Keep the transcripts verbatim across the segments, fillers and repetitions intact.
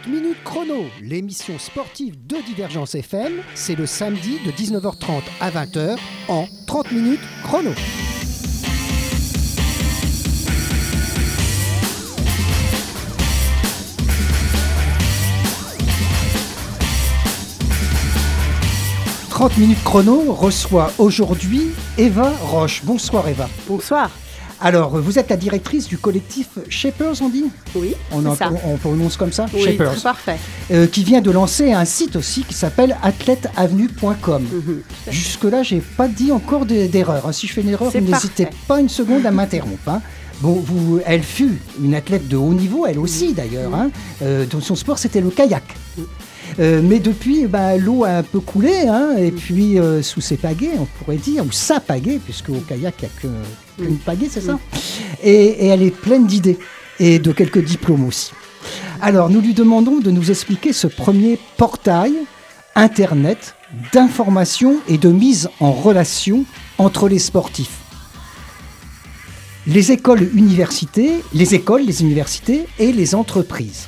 trente minutes chrono, l'émission sportive de Divergence F M, c'est le samedi de dix-neuf heures trente à vingt heures en trente minutes chrono. trente minutes chrono reçoit aujourd'hui Eva Roche. Bonsoir Eva. Bonsoir. Alors, vous êtes la directrice du collectif Shapers, on dit ? Oui, on c'est en, ça. On, on prononce comme ça ? Oui, Shapers. c'est parfait. Euh, qui vient de lancer un site aussi qui s'appelle athlète avenue point com. Mm-hmm. Jusque-là, j'ai pas dit encore de, d'erreur. Si je fais une erreur, c'est vous n'hésitez parfait. pas une seconde à m'interrompre. Hein. Bon, vous, elle fut une athlète de haut niveau, elle aussi mm-hmm. d'ailleurs. Hein. Euh, dont son sport, c'était le kayak. Mm-hmm. Euh, mais depuis, bah, l'eau a un peu coulé, hein, et puis euh, sous ses pagaies, on pourrait dire, ou sa pagaie, puisque au kayak, il n'y a que, qu'une pagaie, c'est ça ? et, et elle est pleine d'idées, et de quelques diplômes aussi. Alors, nous lui demandons de nous expliquer ce premier portail Internet d'information et de mise en relation entre les sportifs. Les écoles, universités, les écoles, les universités et les entreprises.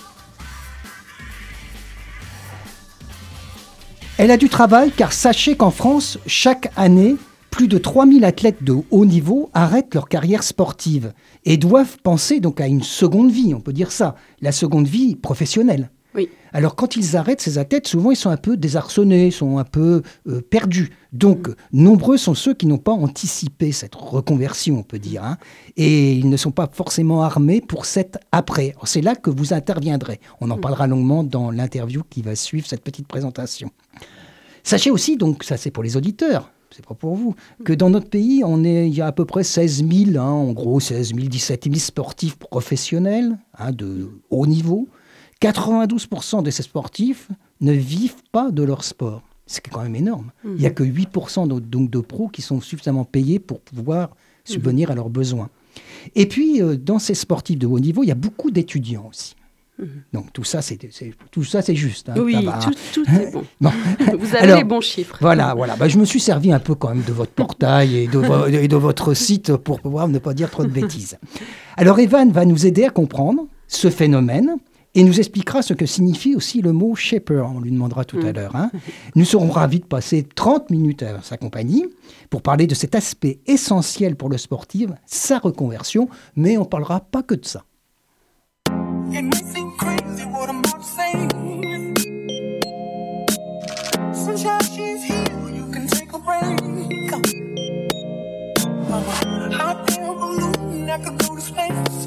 Elle a du travail car sachez qu'en France, chaque année, plus de trois mille athlètes de haut niveau arrêtent leur carrière sportive et doivent penser donc à une seconde vie, on peut dire ça, la seconde vie professionnelle. Oui. Alors quand ils arrêtent, ces athlètes, souvent ils sont un peu désarçonnés, sont un peu euh, perdus. Donc mmh. nombreux sont ceux qui n'ont pas anticipé cette reconversion, on peut dire, hein, et ils ne sont pas forcément armés pour cette après. Alors, c'est là que vous interviendrez. On en mmh. parlera longuement dans l'interview qui va suivre cette petite présentation. Sachez aussi, donc ça c'est pour les auditeurs, c'est pas pour vous, que dans notre pays, on est, il y a à peu près seize mille, hein, en gros seize mille, dix-sept mille sportifs professionnels hein, de haut niveau. quatre-vingt-douze pour cent de ces sportifs ne vivent pas de leur sport. C'est quand même énorme. Mmh. Il n'y a que huit pour cent de, donc de pros qui sont suffisamment payés pour pouvoir subvenir mmh. à leurs besoins. Et puis, euh, dans ces sportifs de haut niveau, il y a beaucoup d'étudiants aussi. Mmh. Donc tout ça, c'est, c'est, tout ça, c'est juste. Hein, oui, va, tout, tout est bon. bon. Vous avez Alors, les bons chiffres. Voilà, voilà. Bah, je me suis servi un peu quand même de votre portail et de, vo- et de votre site pour pouvoir ne pas dire trop de bêtises. Alors Evan va nous aider à comprendre ce phénomène et nous expliquera ce que signifie aussi le mot « shaper ». On lui demandera tout mmh. à l'heure. Hein. Nous serons ravis de passer trente minutes à sa compagnie pour parler de cet aspect essentiel pour le sportif, sa reconversion, mais on ne parlera pas que de ça. It may seem crazy what I'm about to say. Sunshine, she's here, you can take a break. Uh, hot air balloon, I could go to space.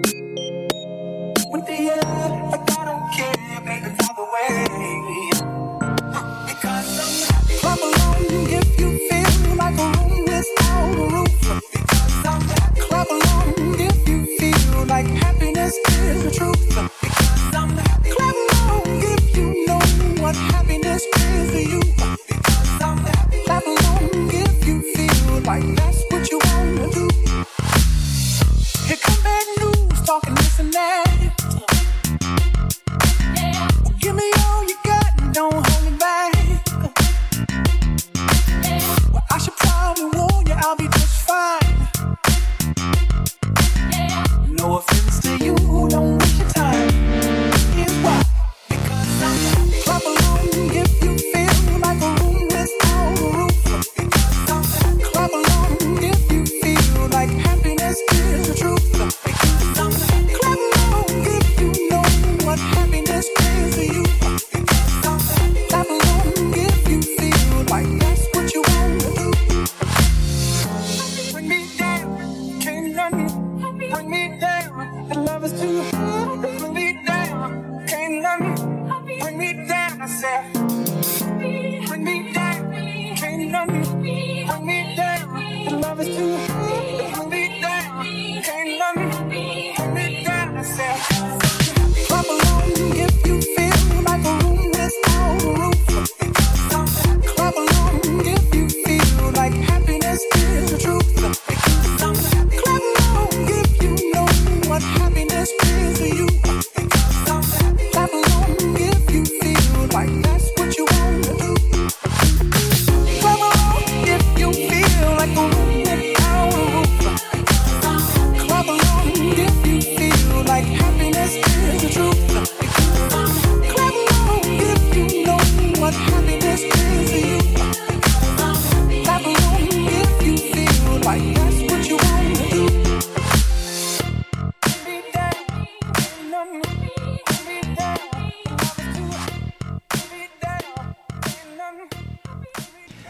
With the air, like I don't care, baby, either way. Because I'm happy. Clap along if you feel like a room without a roof. Because I'm happy. Clap along if you feel like happiness is the truth. Because I'm happy. Clap along if you know what happiness is to you. Because I'm happy. Clap along if you feel like that's what you wanna do. Here come bad news, talking this and that. Yeah. Well, give me all you got and don't hold me back. Yeah. Well, I should probably warn you, I'll be just fine. Yeah. No offense to you, don't waste your time. Here's why. Because I'm happy. Clap along if you feel like a room without a roof. Because I'm happy. Clap along if you feel like happiness is the truth. Because I'm happy. Clap along if you know what happiness is to you. Because I'm happy. Clap along if you feel like that's what you wanna do. Bring me down, can't nothing bring me down. The love is too hard to bring me down. Can't nothing bring me down. I said, bring me down. Can't nothing bring me down. The love is too hard to bring me down. Can't nothing bring me down. I said, clap along if you feel like a room without a roof. Clap along if you feel like happiness is the truth. Clap along if you know what happiness is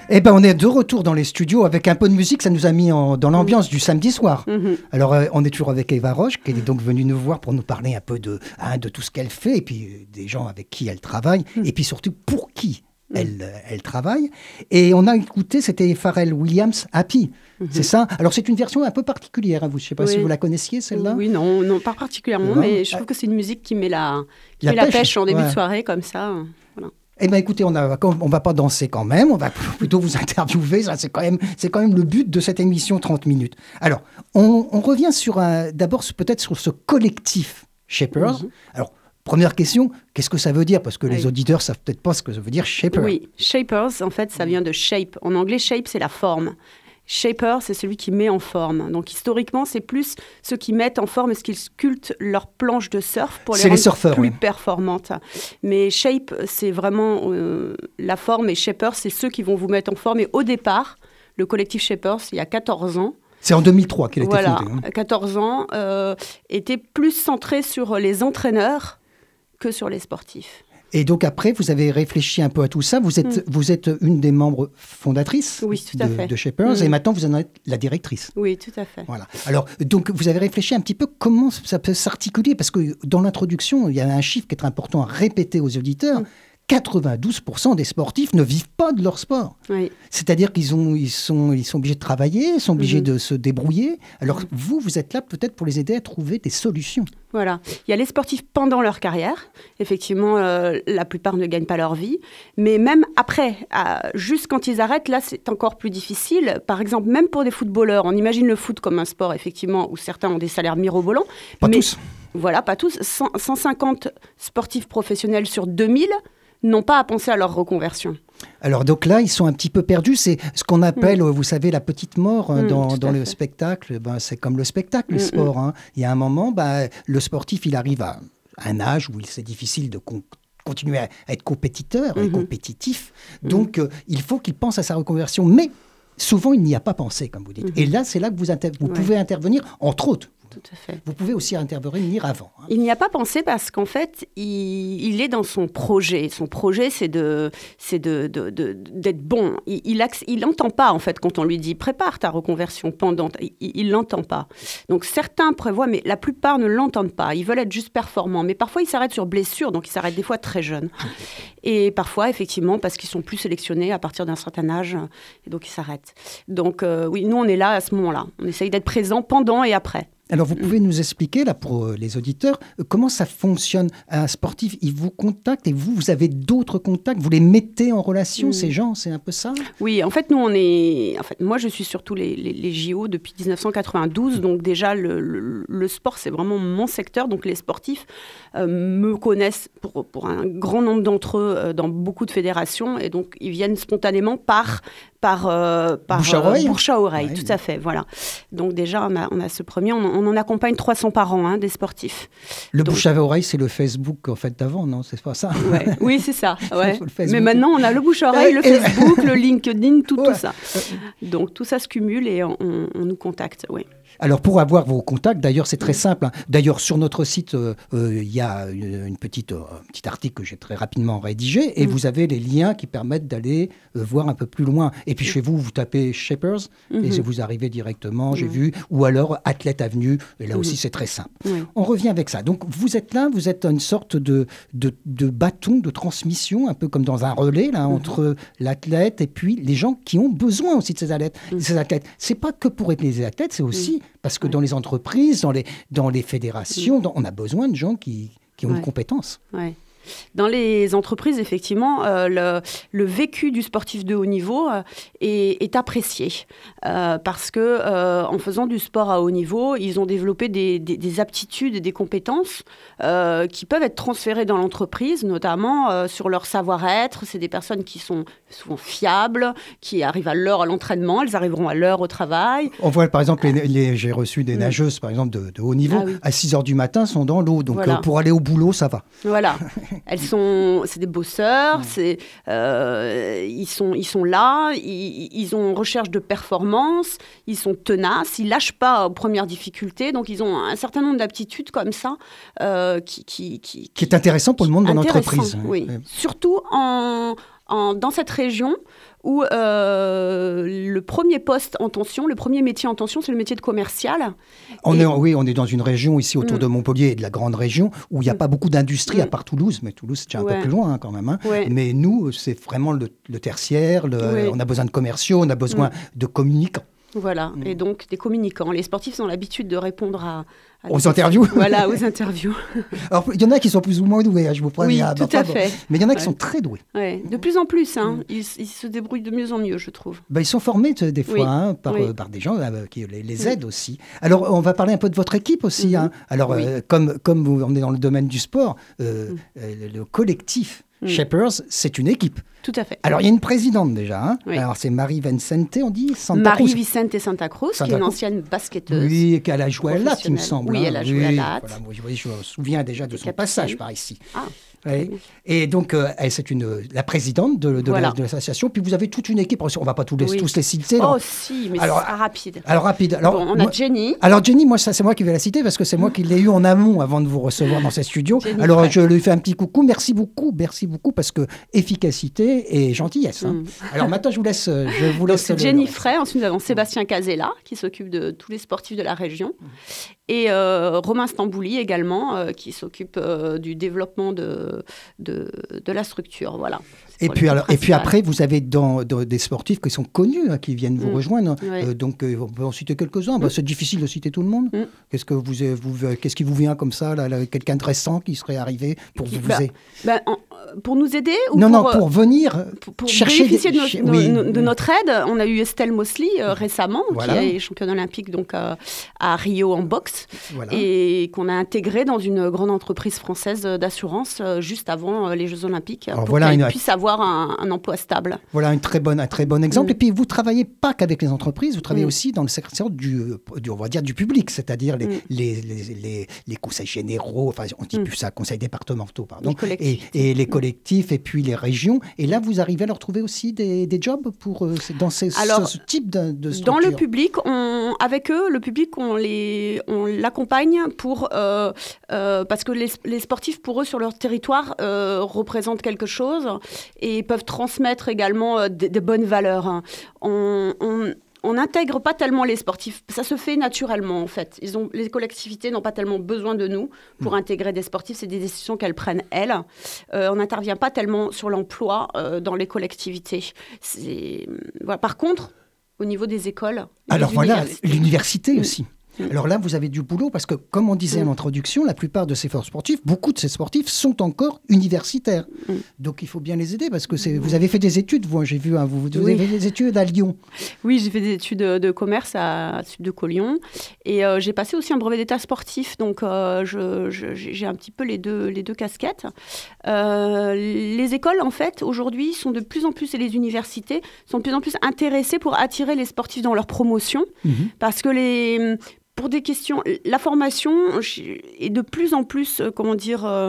Eh ben, on est de retour dans les studios avec un peu de musique. Ça nous a mis en- dans l'ambiance du samedi soir. Mhm. Alors, euh, on est toujours avec Eva Roche, qui est donc venue nous voir pour nous parler un peu de, hein, de tout ce qu'elle fait, et puis euh, des gens avec qui elle travaille, et puis surtout pour qui elle, euh, elle travaille. Et on a écouté, c'était Pharrell Williams, Happy. C'est ça. Alors, c'est une version un peu particulière. Hein, vous, je ne sais pas si Oui. vous la connaissiez, celle-là. Oui, non, non, pas particulièrement, Non. mais je trouve que c'est une musique qui met la, qui La met la pêche, pêche, en début ouais. de soirée, comme ça. euh, Voilà. Eh bien, écoutez, on ne va pas danser quand même, on va plutôt vous interviewer. Ça, c'est quand même, c'est quand même le but de cette émission trente minutes. Alors, on, on revient sur un, d'abord sur- peut-être sur ce collectif Shapers. Mhm. Alors, première question, qu'est-ce que ça veut dire? Parce que les Oui. auditeurs savent peut-être pas ce que ça veut dire Shaper. Oui, shapers, en fait, ça vient de shape. En anglais, shape, c'est la forme. Shaper, c'est celui qui met en forme. Donc, historiquement, c'est plus ceux qui mettent en forme et ceux qui sculptent leur planche de surf pour les C'est les rendre surfeurs, plus oui. performantes. Mais shape, c'est vraiment euh, la forme, et shaper, c'est ceux qui vont vous mettre en forme. Et au départ, le collectif Shapers, il y a quatorze ans, C'est en deux mille trois qu'il a été voilà, fondé. hein. quatorze ans, euh, était plus centré sur les entraîneurs que sur les sportifs. Et donc après, vous avez réfléchi un peu à tout ça. Vous êtes, vous êtes une des membres fondatrices Oui, tout à de, fait. de Shapers, Mm. et maintenant vous en êtes la directrice. Oui, tout à fait. Voilà. Alors, donc, vous avez réfléchi un petit peu comment ça peut s'articuler, parce que dans l'introduction, il y a un chiffre qui est très important à répéter aux auditeurs. quatre-vingt-douze pour cent des sportifs ne vivent pas de leur sport. Oui. C'est-à-dire qu'ils ont, ils sont, ils sont obligés de travailler, ils sont obligés Mhm. de se débrouiller. Alors, vous, vous êtes là peut-être pour les aider à trouver des solutions. Voilà. Il y a les sportifs pendant leur carrière. Effectivement, euh, la plupart ne gagnent pas leur vie. Mais même après, à- juste quand ils arrêtent, là, c'est encore plus difficile. Par exemple, même pour des footballeurs, on imagine le foot comme un sport, effectivement, où certains ont des salaires mirobolants. Pas mais, tous. Voilà, pas tous. cent, cent cinquante sportifs professionnels sur deux mille n'ont pas à penser à leur reconversion. Alors donc là, ils sont un petit peu perdus. C'est ce qu'on appelle, vous savez, la petite mort hein, Mm, dans, tout dans à le fait. spectacle. Ben, c'est comme le spectacle, le Mm, sport. hein. Il y a un moment, ben, le sportif, il arrive à un âge où il- c'est difficile de con- continuer à, à être compétiteur, et Mhm. compétitif. Donc, euh, il faut qu'il pense à sa reconversion. Mais souvent, il n'y a pas pensé, comme vous dites. Mhm. Et là, c'est là que vous, inter- vous Ouais. pouvez intervenir, entre autres. Tout à fait. Vous pouvez aussi intervenir avant. hein. Il n'y a pas pensé parce qu'en fait, il, il est dans son projet. Son projet, c'est de, c'est de, de- de- d'être bon. Il, il, acc- il n'entend pas, en fait, quand on lui dit « prépare ta reconversion pendant », il ne l'entend pas. Donc certains prévoient, mais la plupart ne l'entendent pas. Ils veulent être juste performants. Mais parfois, ils s'arrêtent sur blessure, donc ils s'arrêtent des fois très jeunes. Et parfois, effectivement, parce qu'ils sont plus sélectionnés à partir d'un certain âge, et donc ils s'arrêtent. Donc euh, oui, nous, on est là à ce moment-là. On essaye d'être présent pendant et après. Alors, vous pouvez nous expliquer, là, pour euh, les auditeurs, euh, comment ça fonctionne? Un sportif, il vous contacte et vous, vous avez d'autres contacts? Vous les mettez en relation, Mm. ces gens? C'est un peu ça? Oui, en fait, nous, on est. En fait, moi, je suis surtout les, les, les J O depuis dix-neuf cent quatre-vingt-douze. Donc, déjà, le, le, le sport, c'est vraiment mon secteur. Donc, les sportifs euh, me connaissent pour, pour un grand nombre d'entre eux euh, dans beaucoup de fédérations. Et donc, ils viennent spontanément par. Par, euh, par Bouche à oreille. euh, bouche à oreille, Ouais, tout oui. à fait. Voilà. Donc, déjà, on a, on a ce premier. On, on en accompagne trois cents par an, hein, des sportifs. Le Donc- bouche à oreille, c'est le Facebook, en fait, d'avant, non? C'est pas ça? Ouais. Oui, c'est ça. Ouais. Sur le Facebook. Mais maintenant, on a le bouche-oreille, le Et- Facebook, le LinkedIn, tout, Ouais. tout ça. Donc, tout ça se cumule et on, on nous contacte. Oui. Alors, pour avoir vos contacts, d'ailleurs, c'est très simple. hein. D'ailleurs, sur notre site, euh, euh, il y a une, une petite, euh, un petit article que j'ai très rapidement rédigé et Mm. vous avez les liens qui permettent d'aller euh, voir un peu plus loin. Et puis, chez vous, vous tapez Shapers et Mhm. vous arrivez directement, j'ai Mhm. vu, ou alors Athlète Avenue, et là Mhm. aussi, c'est très simple. Oui. On revient avec ça. Donc, vous êtes là, vous êtes une sorte de, de, de bâton de transmission, un peu comme dans un relais, là, entre l'athlète et puis les gens qui ont besoin aussi de ces athlètes. Mhm. Ces athlètes. C'est pas que pour aider les athlètes, c'est aussi parce que Ouais. dans les entreprises, dans les, dans les fédérations, dans- on a besoin de gens qui, qui ont Ouais. une compétence. Ouais. Dans les entreprises, effectivement, euh, le, le vécu du sportif de haut niveau euh, est, est apprécié euh, parce que euh, en faisant du sport à haut niveau, ils ont développé des, des- des aptitudes et des compétences euh, qui peuvent être transférées dans l'entreprise, notamment euh, sur leur savoir-être. C'est des personnes qui sont souvent fiables, qui arrivent à l'heure à l'entraînement, elles arriveront à l'heure au travail. On voit par exemple, les, les- j'ai reçu des Mm. nageuses par exemple de, de haut niveau, Ah oui. à six heures du matin, sont dans l'eau. Donc Voilà. euh, pour aller au boulot, ça va. Voilà, elles sont, c'est des bosseurs, c'est, euh, ils sont, ils sont là, ils, ils ont recherche de performance, ils sont tenaces, ils lâchent pas aux premières difficultés, donc ils ont un certain nombre d'aptitudes comme ça euh, qui, qui, qui, Qui est intéressant pour le monde de intéressant, l'entreprise. Oui, Ouais. surtout en en, dans cette région où euh, le premier poste en tension, le premier métier en tension, c'est le métier de commercial. On Et... est, oui, on est dans une région ici autour Mm. de Montpellier et de la grande région où il n'y a Mm. pas beaucoup d'industrie Mm. à part Toulouse, mais Toulouse c'est déjà un Ouais. peu plus loin hein, quand même. Hein. Ouais. Mais nous, c'est vraiment le, le tertiaire, le- Ouais. on a besoin de commerciaux, on a besoin Mm. de communicants. Voilà, Mm. et donc des communicants. Les sportifs ont l'habitude de répondre à... à Aux des- interviews. Voilà, aux interviews. Alors, il y en a qui sont plus ou moins doués, hein, je vous préviens. Oui, bah, tout à pas- fait. Mais il y en a qui Ouais. sont très doués. Ouais. De plus en plus, hein, Mm. ils, ils se débrouillent de mieux en mieux, je trouve. Bah, ils sont formés t- des fois Oui. hein, par, Oui. euh, par des gens euh, qui les, les Mm. aident aussi. Alors, on va parler un peu de votre équipe aussi. Mhm. Hein. Alors, Oui. euh, comme, comme vous, on est dans le domaine du sport, euh, Mm. euh, le collectif Mm. Shapers, c'est une équipe. Tout à fait. Alors, il y a une présidente déjà. Hein. Oui. Alors, c'est Marie Vincente, on dit Santa Marie Cruz. Vicente Santa Cruz, qui Santa est une Cruz. ancienne basketteuse. Oui, qu'elle a joué à Latte, il me professionnelle. semble. Oui, hein. elle a joué à Latte. Voilà, oui, oui, je me souviens déjà de Elle son était passage capitaine. par ici. Ah, Oui. Et donc, euh, elle, c'est une, la présidente de, de Voilà. la- de l'association. Puis vous avez toute une équipe. On ne va pas tous les, Oui. tous les citer. oh non. si, mais Alors, c'est pas rapide. Alors, rapide. Alors, bon, on moi- a Jenny. alors Jenny, moi, ça, c'est moi qui vais la citer parce que c'est moi qui l'ai eu en amont avant de vous recevoir dans ces studios. Jenny Alors, Frey. je lui fais un petit coucou. Merci beaucoup, merci beaucoup parce que efficacité et gentillesse. hein. Mm. Alors, maintenant, je vous laisse. euh, Je vous Donc, laisse c'est le- Jenny le- Frey. Ensuite, nous avons Sébastien Casella, qui s'occupe de tous les sportifs de la région. Et euh, Romain Stambouli également, euh, qui s'occupe euh, du développement de, de, de la structure. Voilà. C'est Et pour puis, l'équipe alors, et puis principale. après, vous avez dans, dans des sportifs qui sont connus, hein, qui viennent vous Mm. rejoindre. Ouais. Euh, donc, euh, on peut en citer quelques-uns. Bah, c'est difficile de citer tout le monde. Mm. Qu'est-ce, que vous, vous, qu'est-ce qui vous vient comme ça, là, là, quelqu'un de récent qui serait arrivé pour Qui- vous bah, aider Ben, en- pour nous aider ou Non, pour, non, euh, pour venir pour, pour chercher bénéficier des- de, ch- notre, oui. no- de notre aide, on a eu Estelle Mosley euh, récemment, Voilà. qui est championne olympique donc, euh, à Rio en boxe, Voilà. et qu'on a intégré dans une grande entreprise française d'assurance euh, juste avant euh, les Jeux olympiques, Alors pour voilà qu'elle une- puisse avoir un, un emploi stable. Voilà un très bon, un très bon exemple. Mm. Et puis, vous travaillez pas qu'avec les entreprises, vous travaillez Mm. aussi dans le secteur du, euh, du, on va dire, du public, c'est-à-dire les, Mm. les, les, les, les conseils généraux, enfin, on dit Mm. plus ça, conseils départementaux, pardon, Les et, collectivités. et les collectifs, et puis les régions. Et là, vous arrivez à leur trouver aussi des, des jobs pour, euh, dans ces, Alors, ce, ce type de, de Dans le structure. public, on, avec eux, le public, on les, on l'accompagne pour euh, euh, parce que les, les sportifs, pour eux, sur leur territoire, euh, représentent quelque chose et peuvent transmettre également euh, des, des bonnes valeurs. hein. On, on on n'intègre pas tellement les sportifs. Ça se fait naturellement, en fait. Ils ont, les collectivités n'ont pas tellement besoin de nous pour Mmh. intégrer des sportifs. C'est des décisions qu'elles prennent, elles. Euh, on n'intervient pas tellement sur l'emploi euh, dans les collectivités. C'est... Voilà. Par contre, au niveau des écoles... et Alors des voilà, universités. l'université Mm. aussi. Mm. Alors là, vous avez du boulot parce que, comme on disait Mm. en introduction, la plupart de ces forts sportifs, beaucoup de ces sportifs sont encore universitaires. Mm. Donc il faut bien les aider parce que c'est, vous avez fait des études, vous, hein, j'ai vu, hein, vous, vous Oui. avez fait des études à Lyon. Oui, j'ai fait des études de, de commerce à Sud-de-Co Lyon et euh, j'ai passé aussi un brevet d'état sportif, donc euh, je, je- j'ai un petit peu les deux, les deux casquettes. Euh, les écoles, en fait, aujourd'hui, sont de plus en plus, et les universités, sont de plus en plus intéressées pour attirer les sportifs dans leur promotion, Mhm. parce que les... Pour des questions, la formation est de plus en plus, euh, comment dire, euh,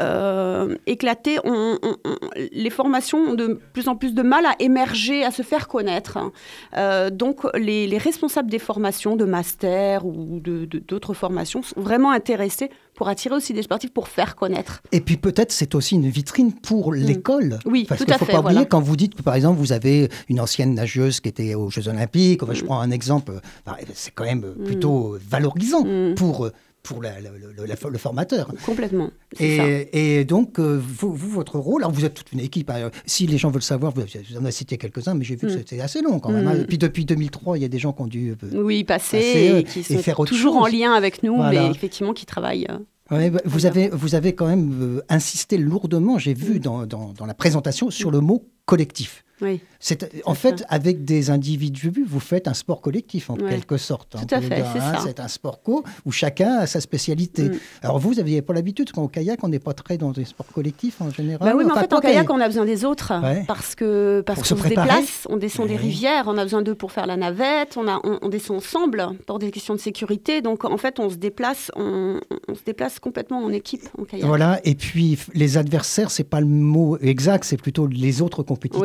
euh, éclatée. On- on- on- les formations ont de plus en plus de mal à émerger, à se faire connaître. Euh, donc, les, les responsables des formations, de master ou de- de- d'autres formations, sont vraiment intéressés pour attirer aussi des sportifs, pour faire connaître. Et puis peut-être c'est aussi une vitrine pour l'école. Mm. Oui, Parce tout qu'il à ne faut fait, pas oublier, voilà. quand vous dites que par exemple vous avez une ancienne nageuse qui était aux Jeux Olympiques, enfin, je Mm. prends un exemple, bah, c'est quand même Mm. plutôt valorisant Mm. pour, pour la- la- le, la- le formateur. Complètement. C'est ça. Et, et donc, euh, vous, vous, votre rôle, alors vous êtes toute une équipe. hein. Si les gens veulent savoir, vous, vous en avez cité quelques-uns, mais j'ai vu que Mm. c'était assez long quand même. hein. Mm. Et puis depuis deux mille trois, il y a des gens qui ont dû. euh, Oui, passer, passer, euh, et qui et sont faire autre toujours chose. en lien avec nous, Voilà. mais effectivement qui travaillent. euh, ouais, bah, vous, Voilà. avez, vous avez quand même euh, insisté lourdement, j'ai vu Mm. dans, dans, dans la présentation, sur le mot collectif. Oui. C'est, en C'est fait, ça. avec des individus, vous faites un sport collectif, en Ouais. quelque sorte. hein, Tout à on peut fait, dire, c'est ça. C'est un sport co où chacun a sa spécialité. Mm. Alors vous, vous n'aviez pas l'habitude, quand au kayak, on n'est pas très dans des sports collectifs en général. Bah oui, mais en Enfin, fait, en quoi kayak, qu'il- on a besoin des autres. Ouais. Parce que parce Pour qu'on se se, préparer. déplace, on descend des Ouais. rivières, on a besoin d'eux pour faire la navette, on, a, on, on descend ensemble pour des questions de sécurité. Donc, en fait, on se déplace, on, on se déplace complètement en équipe en kayak. Voilà, et puis f- les adversaires, c'est pas le mot exact, c'est plutôt les autres compétiteurs. Oui, hein. tout à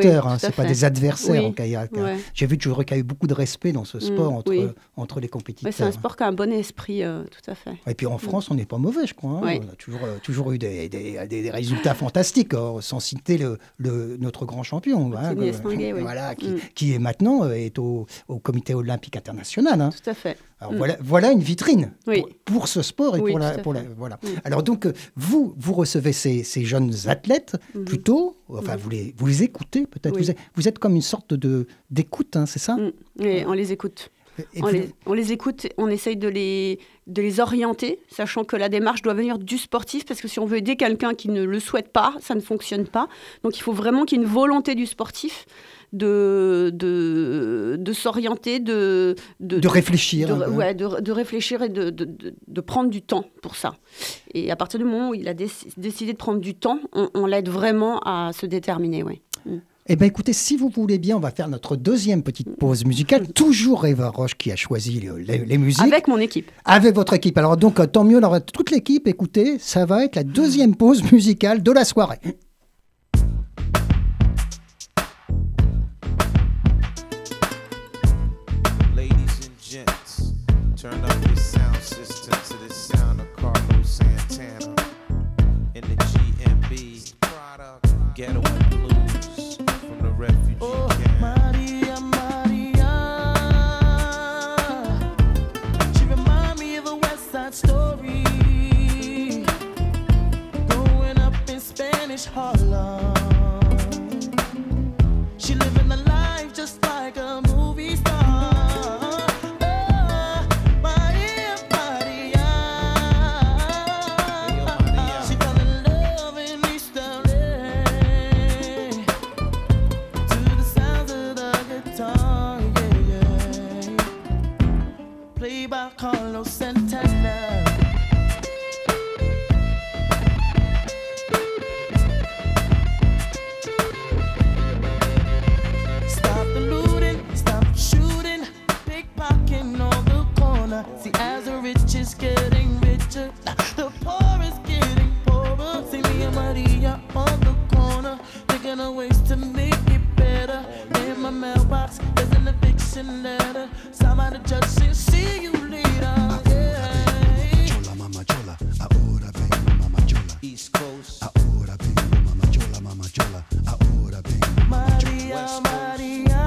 c'est fait. pas des adversaires Oui, au kayak. hein. ouais. J'ai vu toujours qu'il y a eu beaucoup de respect dans ce sport Mm, entre, oui. entre les Ouais, compétiteurs. c'est un sport qui a un bon esprit, euh, tout à fait. Et puis en France, on n'est pas mauvais, je crois. hein. Oui. On a toujours, euh, toujours eu des, des, des- des résultats fantastiques, hein, sans citer le, le- notre grand champion, hein, Anthony euh, Estanguet, oui. voilà, qui, Mm. qui est maintenant euh, est au, au Comité olympique international. hein. Tout à fait. Alors Mm. voilà, voilà une vitrine Oui. pour, pour ce sport et Oui, pour la, tout à pour la- fait. voilà. Mm. Alors donc euh, vous vous recevez ces, ces jeunes athlètes Mhm. plutôt, enfin Mhm. vous les vous les écoutez peut-être. Oui. Vous, êtes, vous êtes comme une sorte de d'écoute, hein, c'est ça. Mm. Et on les écoute. Et On puis- les, on les écoute, on essaye de les, de les orienter, sachant que la démarche doit venir du sportif, parce que si on veut aider quelqu'un qui ne le souhaite pas, ça ne fonctionne pas. Donc il faut vraiment qu'il y ait une volonté du sportif de, de, de s'orienter, de, de réfléchir. de, un peu. ouais, de, de réfléchir et de, de, de, de prendre du temps pour ça. Et à partir du moment où il a déc- décidé de prendre du temps, on, on l'aide vraiment à se déterminer. Ouais. Mm. Eh bien, écoutez, si vous voulez bien, on va faire notre deuxième petite pause musicale. Toujours Eva Roche qui a choisi le- les, les musiques. Avec mon équipe. Avec votre équipe. Alors, donc, euh, tant mieux, alors, toute l'équipe, écoutez, ça va être la deuxième pause musicale de la soirée. Ladies and gents, turn up your sound system to the sound of Carlos Santana in the G M B Ghetto and Blues from the refugee Oh, camp. Maria, Maria. She remind me of a West Side Story. Growing up in Spanish Harlem. She living a life just like a movie star. Oh, Maria, Maria. Hey, yo, Maria. She fell in love in East L A. To the sounds of the guitar, yeah, yeah. Played by Carlos Santana. Stop the looting, stop the shooting, pickpocketing on the corner. See, as the rich is getting richer, the poor is getting poorer. See me and Maria on the corner, thinking of ways to make it better. In my mailbox, there's an eviction letter. Somebody just said, see you later. Yeah. Chola, mama chola, ahora vengo, mama chola. East Coast. Ahora vengo, mama chola, mama chola. Ahora vengo, mama chola. Maria, West Coast. Maria.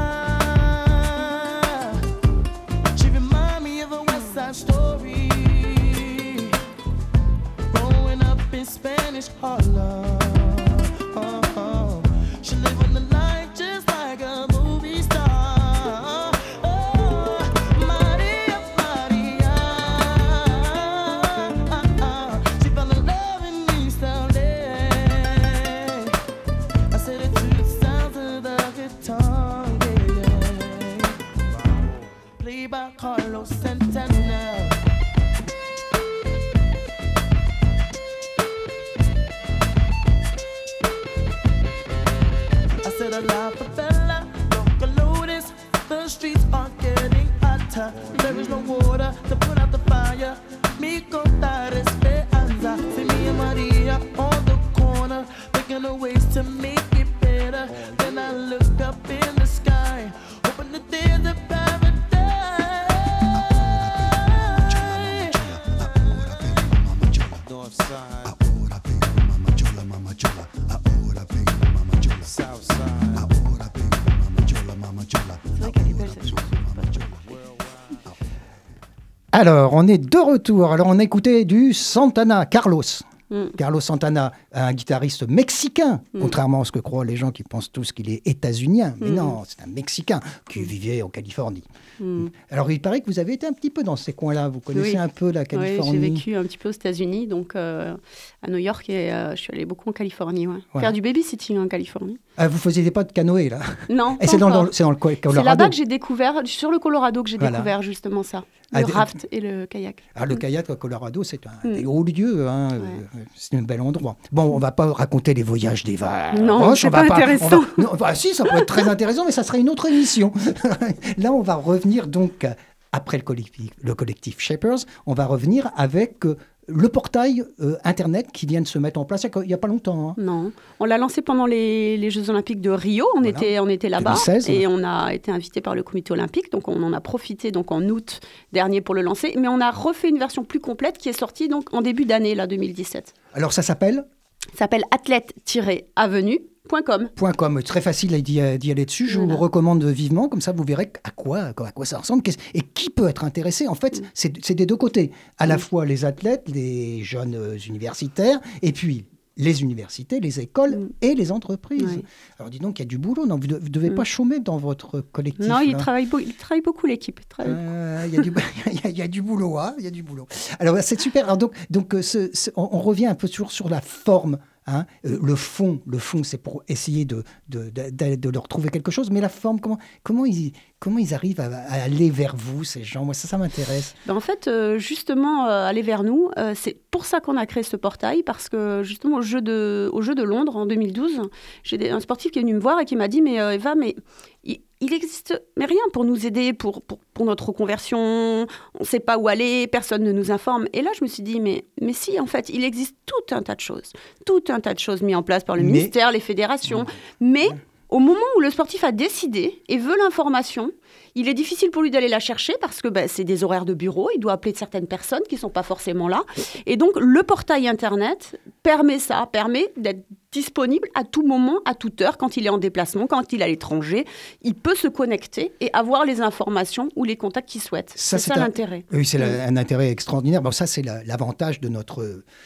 She remind me of a West Side Story. Growing up in Spanish Harlem. She living the life just like a movie star. Oh, Maria, Maria. She fell in love in East L A. I said it to the sounds of the guitar, yeah, yeah. Played by Carlos Santana. I said a la favela, local lotus. The streets are getting hotter. There is no water to put out the fire. Mi contar esperanza. See me and Maria on the corner, thinking of ways to make it better. Then I look up in the sky, hoping that there's a paradise. Ahora vengo, mama chola. North Side, Ahora vengo, mama chola, mama chola. Ahora vengo, mama chola. South Side, Ahora vengo, mama chola, mama chola. C'est vrai qu'elle est belle, cette chanson. Alors, on est de retour. Alors, on a écouté du Santana, Carlos. Mm. Carlos Santana, un guitariste mexicain, Mm. contrairement à ce que croient les gens qui pensent tous qu'il est états-unien. Mais Mm. non, c'est un Mexicain qui vivait en Californie. Mm. Alors, il paraît que vous avez été un petit peu dans ces coins-là. Vous connaissez Oui. un peu la Ouais, Californie. j'ai vécu un petit peu aux États-Unis, donc euh, à New York, et euh, je suis allée beaucoup en Californie. Ouais. Voilà. Faire du babysitting en Californie. Ah, vous faisiez pas de canoë, là. Non. Et pas c'est dans, encore. le- c'est dans le co- C'est Colorado. là-bas que j'ai découvert, sur le Colorado, que j'ai Voilà. découvert justement ça. Ah, Le des- raft et le kayak. Ah, le kayak au Colorado, c'est un Mm. des hauts lieux. Hein, euh, C'est un bel endroit. Bon, on va pas raconter les voyages d'Eva Non, Roche, c'est on va pas on va- intéressant. non, bah, si, ça peut être très intéressant, mais ça serait une autre émission. Là, on va revenir donc, euh, après le collectif, le collectif Shapers, on va revenir avec euh, le portail euh, Internet qui vient de se mettre en place il n'y a pas longtemps. Hein. Non, on l'a lancé pendant les, les Jeux Olympiques de Rio. On Voilà. était, on était là-bas deux mille seize. et on a été invité par le Comité olympique. Donc on en a profité donc en août dernier pour le lancer. Mais on a refait une version plus complète qui est sortie donc en début d'année là deux mille dix-sept. Alors ça s'appelle Ça s'appelle athlète-avenue point com. .com, très facile d'y, d'y aller dessus. Je Voilà. vous recommande vivement, comme ça vous verrez à quoi, à quoi ça ressemble qu'est-ce- et qui peut être intéressé. En fait, c'est, c'est des deux côtés. À la Mm. fois les athlètes, les jeunes euh, universitaires, et puis les universités, les écoles Mm. et les entreprises. Ouais. Alors dis donc, il y a du boulot. Non, vous ne devez Mm. pas chômer dans votre collectif. Non, il là. travaille, beau- il travaille beaucoup l'équipe. Il travaille- Euh, Il y, a du- il y a- il y a du boulot, hein, il y a du boulot. Alors c'est super. Alors, donc, donc euh, ce- ce- on, on revient un peu toujours sur la forme. Hein. Euh, le fond, le fond, c'est pour essayer de, de, de, de- de leur trouver quelque chose. Mais la forme, comment, comment, ils, comment ils arrivent à, à aller vers vous, ces gens? Moi, ça, ça m'intéresse. Ben, en fait, euh, justement, euh, aller vers nous, euh, c'est pour ça qu'on a créé ce portail, parce que justement, au Jeu de, au jeu de Londres, en deux mille douze, j'ai des- un sportif qui est venu me voir et qui m'a dit, mais euh, Eva, mais il, il existe mais rien pour nous aider, pour, pour, pour notre reconversion, on ne sait pas où aller, personne ne nous informe. Et là, je me suis dit, mais, mais si, en fait, il existe tout un tas de choses, tout un tas de choses mises en place par le Mais- ministère, les fédérations, mais... Au moment où le sportif a décidé et veut l'information, il est difficile pour lui d'aller la chercher parce que ben, c'est des horaires de bureau, il doit appeler certaines personnes qui ne sont pas forcément là. Et donc, le portail Internet permet ça, permet d'être disponible à tout moment, à toute heure, quand il est en déplacement, quand il est à l'étranger. Il peut se connecter et avoir les informations ou les contacts qu'il souhaite. Ça, C'est c'est ça un- l'intérêt. Oui, c'est la- un intérêt extraordinaire. Bon, ça, c'est la- l'avantage de notre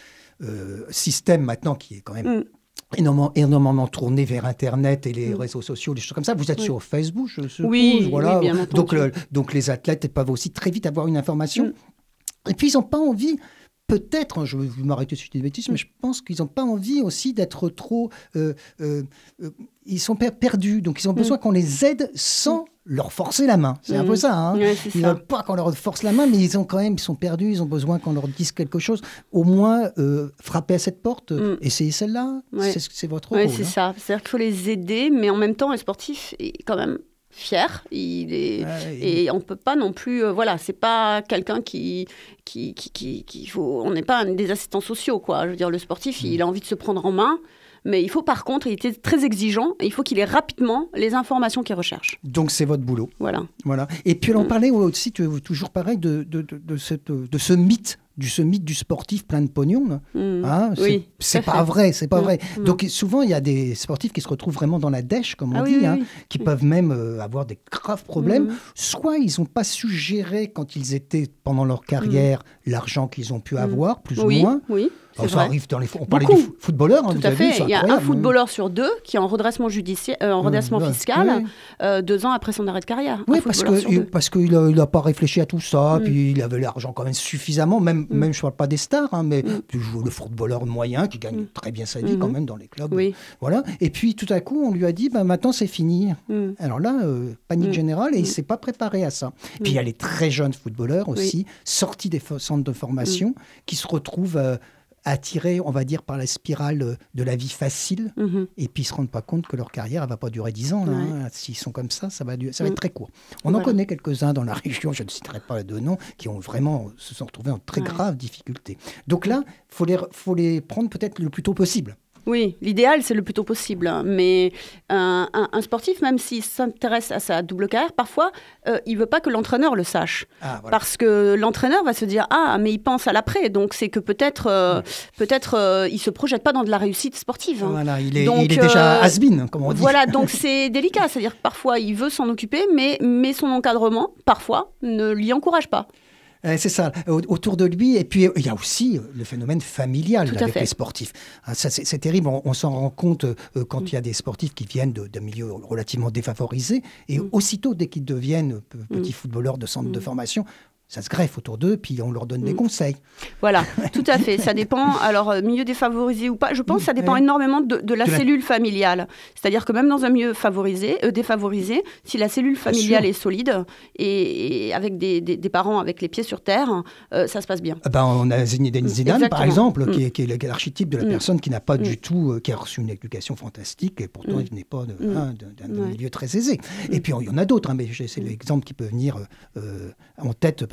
euh, système maintenant qui est quand même Mm. énormément, énormément tourné vers Internet et les Mm. réseaux sociaux, des choses comme ça. Vous êtes Oui. sur Facebook, je suppose. Oui, voilà. oui, bien entendu. donc, le- donc les athlètes peuvent aussi très vite avoir une information. Mm. Et puis, ils n'ont pas envie... Peut-être, hein, je vais m'arrêter si je dis des bêtises, Mm. mais je pense qu'ils n'ont pas envie aussi d'être trop... euh, euh, euh, ils sont per- perdus, donc ils ont besoin qu'on les aide sans leur forcer la main. C'est un Mm. peu ça. Hein. Ouais, c'est Ils ne ça. veulent pas qu'on leur force la main, mais ils ont quand même, ils sont perdus, ils ont besoin qu'on leur dise quelque chose. Au moins, euh, frapper à cette porte, euh, Mm. essayez celle-là. Ouais. C'est, c'est votre Oui, rôle. c'est hein. ça. C'est-à-dire qu'il faut les aider, mais en même temps, un sportif est quand même fier. Il est... Ouais, et- Et on peut pas non plus, euh, voilà, c'est pas quelqu'un qui, qui, qui, qui, qui faut, on n'est pas un- des assistants sociaux, quoi. Je veux dire, le sportif, il a envie de se prendre en main, mais il faut par contre, il était très exigeant, et il faut qu'il ait rapidement les informations qu'il recherche. Donc c'est votre boulot. Voilà. Voilà. Et puis on Mm. parlait aussi, tu- toujours pareil, de, de, de, de cette, de ce mythe. Du ce mythe du sportif plein de pognon. là. Mm. Hein, c'est, Oui, c'est tout à pas fait. vrai, c'est pas Mm. vrai. Mm. Donc souvent il y a des sportifs qui se retrouvent vraiment dans la dèche, comme on Ah dit, oui, oui, hein, oui. qui peuvent même euh, avoir des graves problèmes. Mm. Soit ils n'ont pas su gérer quand ils étaient pendant leur carrière l'argent qu'ils ont pu avoir, plus Mm. Oui, ou moins. oui, Alors, c'est ça vrai. arrive dans les. fo- On parlait Beaucoup. des fo- footballeurs, hein, Tout vous à avez vu, fait. c'est Il y a un incroyable, hein. footballeur sur deux qui est en redressement judiciaire, euh, en redressement ouais. fiscal, Ouais. euh, deux ans après son arrêt de carrière. Oui, Un parce footballeur sur que deux. parce qu'il n'a il a pas réfléchi à tout ça, Mm. puis il avait l'argent quand même suffisamment, même, Mm. même je ne parle pas des stars, hein, mais Mm. tu joues le footballeur moyen qui gagne Mm. très bien sa vie Mhm. quand même dans les clubs. Oui. Voilà. Et puis tout à coup, on lui a dit, bah, maintenant c'est fini. Mm. Alors là, euh, panique Mm. générale, et il Mm. ne s'est pas préparé à ça. Mm. Puis il y a les très jeunes footballeurs aussi, sortis des fo- centres de formation, Mm. qui se retrouvent euh, attirés, on va dire, par la spirale euh, de la vie facile, Mhm. et puis ils ne se rendent pas compte que leur carrière ne va pas durer dix ans. là, Ouais. hein. S'ils sont comme ça, ça va, du- ça va Mm. être très court. On en Voilà. connaît quelques-uns dans la région, je ne citerai pas de noms, qui ont vraiment se sont retrouvés en très Ouais. graves difficultés. Donc là, il faut les, faut les prendre peut-être le plus tôt possible. Oui, l'idéal, c'est le plus tôt possible. hein. Mais un, un- un sportif, même s'il s'intéresse à sa double carrière, parfois, euh, il ne veut pas que l'entraîneur le sache. Ah, voilà. Parce que l'entraîneur va se dire « Ah, mais il pense à l'après ». Donc, c'est que peut-être euh, peut-être euh, il ne se projette pas dans de la réussite sportive. hein. Voilà, il est, Donc, il est déjà euh, has-been, comme on dit. Voilà, donc c'est délicat. C'est-à-dire que parfois, il veut s'en occuper, mais, mais son encadrement, parfois, ne l'y encourage pas. Euh, C'est ça, au- autour de lui. Et puis, euh, il y a aussi euh, le phénomène familial Tout à avec fait. les sportifs. Ah, ça, c'est c'est terrible. On, on s'en rend compte euh, quand Mm. il y a des sportifs qui viennent de- d'un milieu relativement défavorisé. Et Mm. aussitôt, dès qu'ils deviennent pe- petits Mm. footballeurs de centre de Mm. formation, ça se greffe autour d'eux, puis on leur donne des Mm. conseils. Voilà, tout à fait. Ça dépend, alors, euh, milieu défavorisé ou pas, je pense que ça dépend Ouais. énormément de, de la De la- cellule familiale. C'est-à-dire que même dans un milieu favorisé, euh, défavorisé, si la cellule familiale sûr. est solide et, et avec des, des- des parents avec les pieds sur terre, euh, ça se passe bien. Ah ben, on a Zinedine Zidane, par Exactement. exemple, Mm. qui est, qui est l'archétype de la Mm. personne qui n'a pas Mm. du tout, euh, qui a reçu une éducation fantastique, et pourtant Mm. il n'est pas de- Mm. hein, d'un d'un Ouais. milieu très aisé. Et puis il y en a d'autres, hein, mais j'ai- c'est l'exemple qui peut venir euh, en tête, parce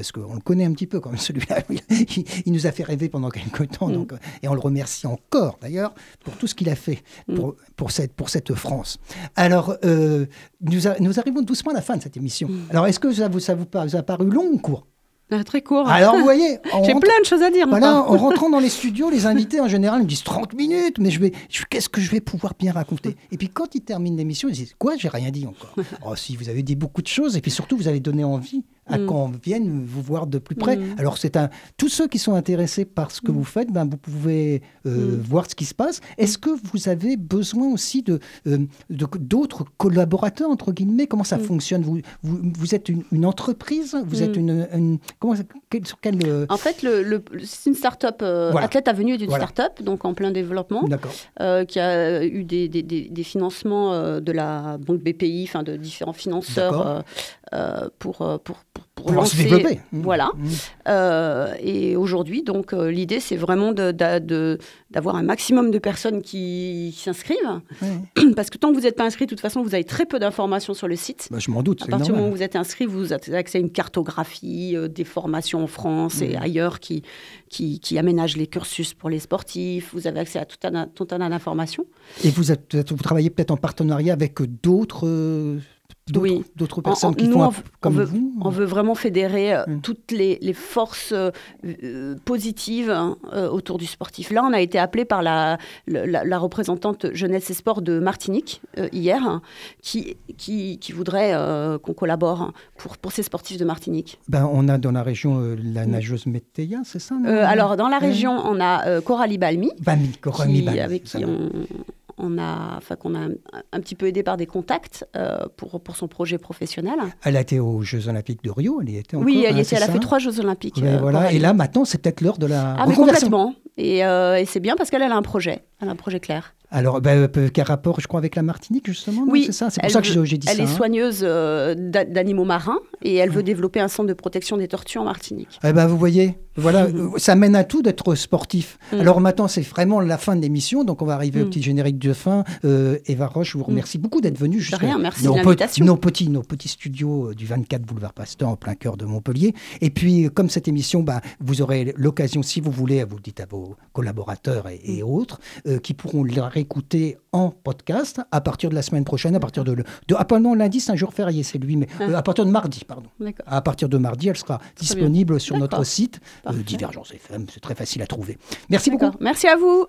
parce qu'on le connaît un petit peu quand même, celui-là. Il, il nous a fait rêver pendant quelques temps, Mm. donc, et on le remercie encore d'ailleurs pour tout ce qu'il a fait pour, Mm. pour, cette, pour cette France. Alors, euh, nous, a- nous arrivons doucement à la fin de cette émission. Mm. Alors, est-ce que ça vous, ça vous, par- vous a paru long ou court? Ah, très court. Alors, vous voyez, on J'ai rentre- plein de choses à dire. Voilà, encore. en rentrant dans les studios, les invités en général me disent trente minutes, mais je vais, je- qu'est-ce que je vais pouvoir bien raconter? Et puis quand ils terminent l'émission, ils disent quoi? J'ai rien dit encore. Oh si, vous avez dit beaucoup de choses, et puis surtout vous avez donné envie à Mm. qu'on vienne vous voir de plus près. Mm. Alors c'est un, tous ceux qui sont intéressés par ce que Mm. vous faites, ben vous pouvez euh, Mm. voir ce qui se passe. Est-ce que vous avez besoin aussi de euh, de- d'autres collaborateurs entre guillemets? Comment ça Mm. fonctionne? Vous, vous, vous êtes une, une entreprise? Vous êtes Mm. une, une comment ça- quel- sur quel euh, En fait, le, le- c'est une start-up. euh, Voilà. Athlète Avenue est une Voilà. start-up, donc en plein développement, D'accord. euh, qui a eu des, des- des- des financements euh, de la banque B P I, enfin de différents financeurs D'accord. euh, euh, pour, euh, pour, pour, pour Pour se lancer. développer. Mmh. Voilà. Mmh. Euh, et aujourd'hui, donc, euh, l'idée, c'est vraiment de- de- de- d'avoir un maximum de personnes qui, qui s'inscrivent. Ouais. Parce que tant que vous n'êtes pas inscrit, de toute façon, vous avez très peu d'informations sur le site. Bah, je m'en doute, À c'est partir du moment où normal. vous êtes inscrit, vous avez accès à une cartographie euh, des formations en France et Mhm. ailleurs qui, qui, qui aménagent les cursus pour les sportifs. Vous avez accès à tout un, tout un tas d'informations. Et vous, êtes, vous travaillez peut-être en partenariat avec d'autres euh, d'autres Oui. d'autres En- personnes en- qui nous, font on un- v- comme on veut, vous On veut vraiment fédérer euh, Mm. toutes les, les forces euh, euh, positives hein, euh, autour du sportif. Là, on a été appelé par la, le- la, la représentante jeunesse et sport de Martinique euh, hier, hein, qui, qui, qui voudrait euh, qu'on collabore hein, pour, pour ces sportifs de Martinique. Ben, on a dans la région euh, la nageuse Météa, c'est ça non Euh, alors, dans la Ouais. région, on a euh, Coralie Balmy, Bami, Coralie qui- Bami, avec ça qui va. on, on a, enfin, qu'on a un, un petit peu aidé par des contacts euh, pour, pour son projet professionnel. Elle a été aux Jeux Olympiques de Rio, elle y était encore. Oui, elle, y hein, était, c'est elle a ça fait trois Jeux Olympiques. Ouais, euh, voilà. Coralie. Et là, maintenant, c'est peut-être l'heure de la Ah, mais reconversion. complètement. Et, euh, et c'est bien parce qu'elle elle a un projet. Elle a un projet clair. Alors, ben, euh, quel rapport, je crois, avec la Martinique, justement non, Oui, c'est ça. C'est pour elle ça que veut- j'ai j'ai dit Elle ça. est hein. soigneuse euh, d'a- d'animaux marins et elle veut développer un centre de protection des tortues en Martinique. Eh ben, vous voyez, voilà, euh, ça mène à tout d'être sportif. Mm. Alors maintenant, c'est vraiment la fin de l'émission, donc on va arriver au Mm. petit générique de fin. Euh, Eva Roche, je vous remercie beaucoup d'être venue jusqu'à rien, merci nos, de pe- l'invitation. nos petits, nos petits studios euh, du vingt-quatre boulevard Pasteur en plein cœur de Montpellier. Et puis, euh, comme cette émission, bah, vous aurez l'occasion, si vous voulez, vous le dites à vos collaborateurs et, et autres, euh, qui pourront la réécouter en podcast à partir de la semaine prochaine, à partir de, le- de ah, pardon, lundi, c'est un jour férié, c'est lui, mais euh, à partir de mardi, pardon. D'accord. À partir de mardi, elle sera disponible sur D'accord. notre site, euh, Parfait. Divergence F M, c'est très facile à trouver. Merci beaucoup. D'accord. Merci à vous.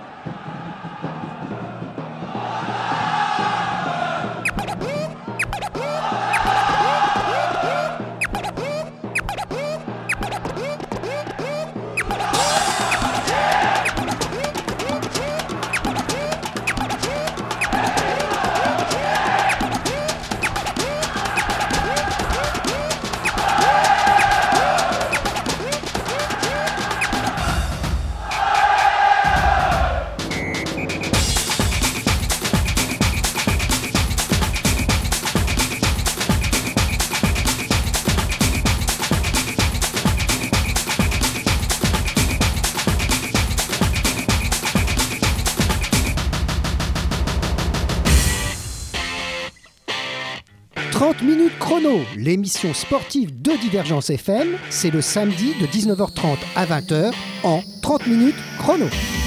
trente minutes chrono, l'émission sportive de Divergence F M, c'est le samedi de dix-neuf heures trente à vingt heures en trente minutes chrono.